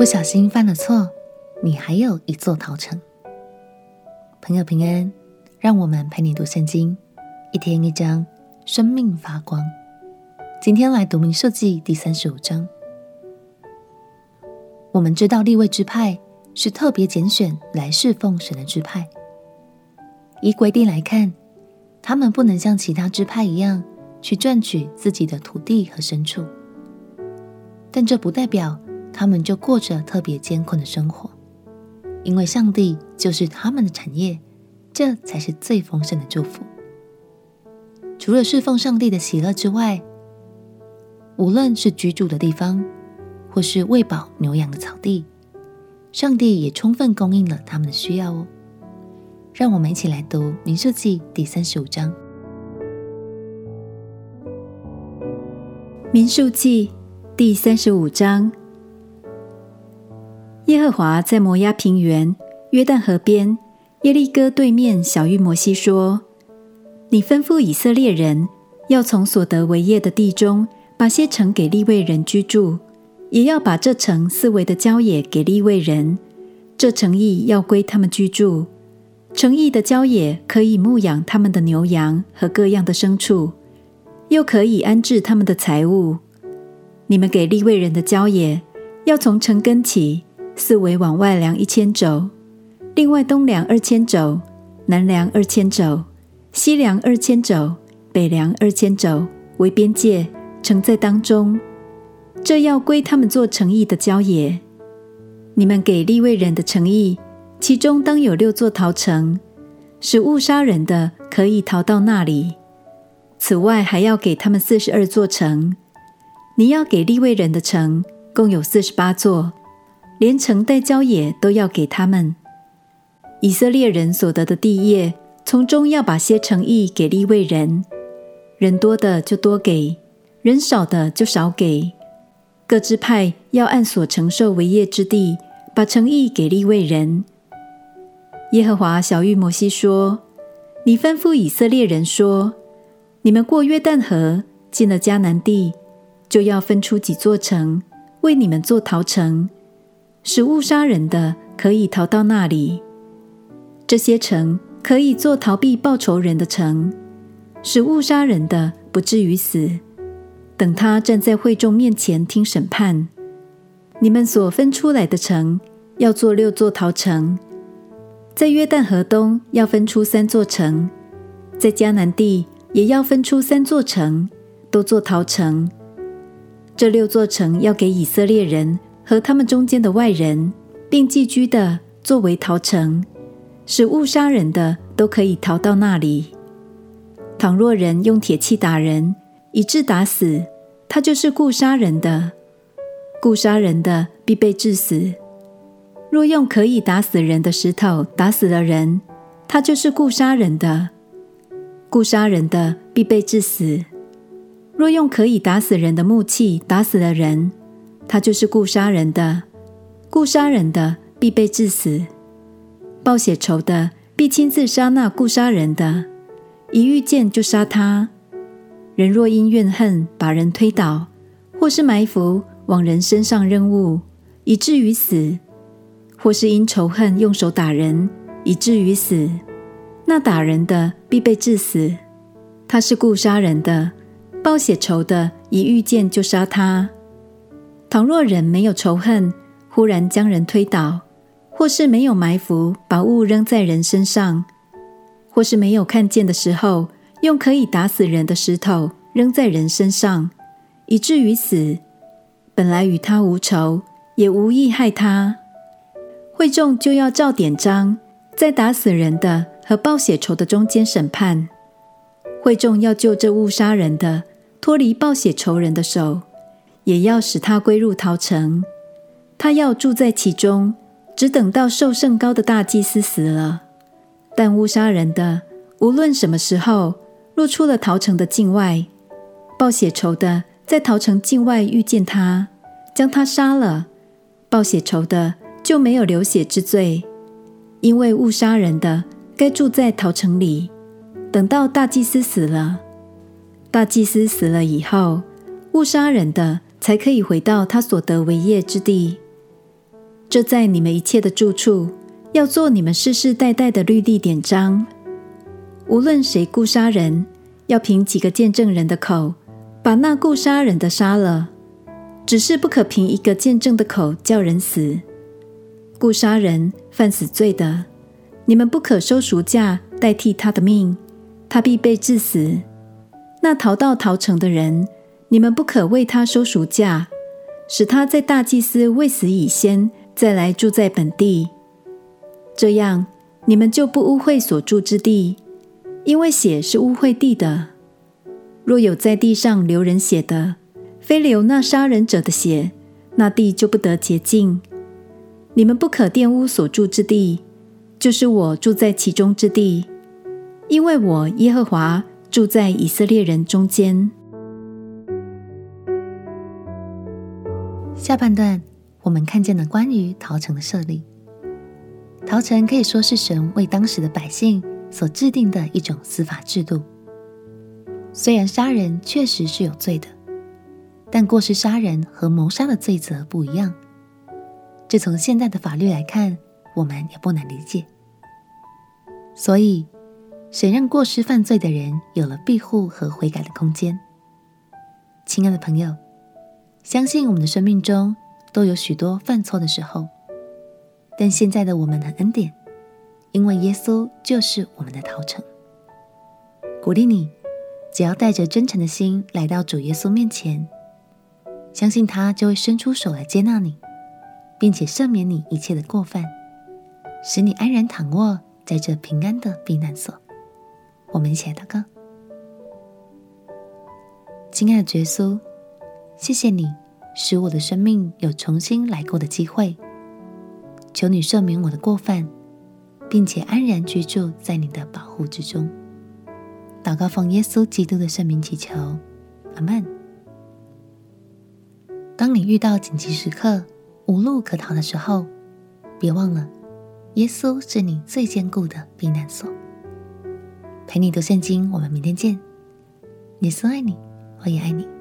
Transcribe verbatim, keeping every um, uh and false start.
不小心犯了错，你还有一座逃城。朋友平安，让我们陪你读圣经，一天一章，生命发光。今天来读民数记第三十五章。我们知道利未支派是特别拣选来侍奉神的支派，依规定来看，他们不能像其他支派一样去赚取自己的土地和牲畜，但这不代表他们就过着特别艰困的生活，因为上帝就是他们的产业，这才是最丰盛的祝福。除了侍奉上帝的喜乐之外，无论是居住的地方，或是喂饱牛羊的草地，上帝也充分供应了他们的需要哦。让我们一起来读民数记第三十五章。 民数记第三十五章。耶和华在摩押平原约旦河边耶利哥对面晓谕摩西说，你吩咐以色列人要从所得为业的地中把些城给利未人居住，也要把这城四围的郊野给利未人，这城邑要归他们居住。城邑的郊野可以牧养他们的牛羊和各样的牲畜，又可以安置他们的财物。你们给利未人的郊野要从城根起，四围往外量一千肘，另外东量二千肘，南量二千肘，西量二千肘，北量二千肘，为边界，城在当中。这要归他们做城邑的郊野。你们给利未人的城邑，其中当有六座逃城，使误杀人的可以逃到那里。此外还要给他们四十二座城。你要给利未人的城共有四十八座，连城带郊野都要给他们。以色列人所得的地业，从中要把些城邑给利未人，人多的就多给，人少的就少给。各支派要按所承受为业之地，把城邑给利未人。耶和华晓谕摩西说，你吩咐以色列人说，你们过约旦河，进了迦南地，就要分出几座城，为你们做逃城，使误杀人的可以逃到那里。这些城可以做逃避报仇人的城，使误杀人的不至于死，等他站在会众面前听审判。你们所分出来的城要做六座逃城，在约旦河东要分出三座城，在迦南地也要分出三座城，都做逃城。这六座城要给以色列人和他们中间的外人，并寄居的作为逃城，使误杀人的都可以逃到那里。倘若人用铁器打人，以致打死，他就是故杀人的，故杀人的必被治死。若用可以打死人的石头打死了人，他就是故杀人的，故杀人的必被治死。若用可以打死人的木器打死了人，他就是故杀人的，故杀人的必被治死。报血仇的必亲自杀那故杀人的，一遇见就杀他。人若因怨恨把人推倒，或是埋伏往人身上扔物，以至于死，或是因仇恨用手打人，以至于死，那打人的必被治死。他是故杀人的，报血仇的一遇见就杀他。倘若人没有仇恨，忽然将人推倒，或是没有埋伏把物扔在人身上，或是没有看见的时候用可以打死人的石头扔在人身上，以至于死，本来与他无仇，也无意害他，会众就要照典章，在打死人的和报血仇的中间审判。会众要救这误杀人的脱离报血仇人的手，也要使他归入逃城。他要住在其中，只等到受圣膏的大祭司死了。但误杀人的，无论什么时候，若出了逃城的境外，报血仇的在逃城境外遇见他，将他杀了，报血仇的就没有流血之罪，因为误杀人的该住在逃城里，等到大祭司死了。大祭司死了以后，误杀人的才可以回到他所得为业之地。 这在你们一切的住处，要做你们世世代代的律例典章。无论谁故杀人，要凭几个见证人的口，把那故杀人的杀了，只是不可凭一个见证的口叫人死。故杀人犯死罪的，你们不可收赎价代替他的命，他必被治死。那逃到逃城的人，你们不可为他收赎价，使他在大祭司未死以先再来住在本地。这样，你们就不污秽所住之地，因为血是污秽地的。若有在地上流人血的，非流那杀人者的血，那地就不得洁净。你们不可玷污所住之地，就是我住在其中之地，因为我耶和华住在以色列人中间。 下半段我们看见了关于逃城的设立。逃城可以说是神为当时的百姓所制定的一种司法制度。虽然杀人确实是有罪的，但过失杀人和谋杀的罪责不一样。这从现代的法律来看，我们也不难理解。所以，神让过失犯罪的人有了庇护和悔改的空间。亲爱的朋友，相信我们的生命中都有许多犯错的时候，但现在的我们很恩典，因为耶稣就是我们的逃城。鼓励你，只要带着真诚的心来到主耶稣面前，相信他就会伸出手来接纳你，并且赦免你一切的过犯，使你安然躺卧在这平安的避难所。我们一起来祷告。亲爱的耶稣，谢谢你使我的生命有重新来过的机会，求你赦免我的过犯，并且安然居住在你的保护之中。祷告奉耶稣基督的圣名祈求，阿们。当你遇到紧急时刻无路可逃的时候，别忘了耶稣是你最坚固的避难所。陪你读圣经，我们明天见。耶稣爱你，我也爱你。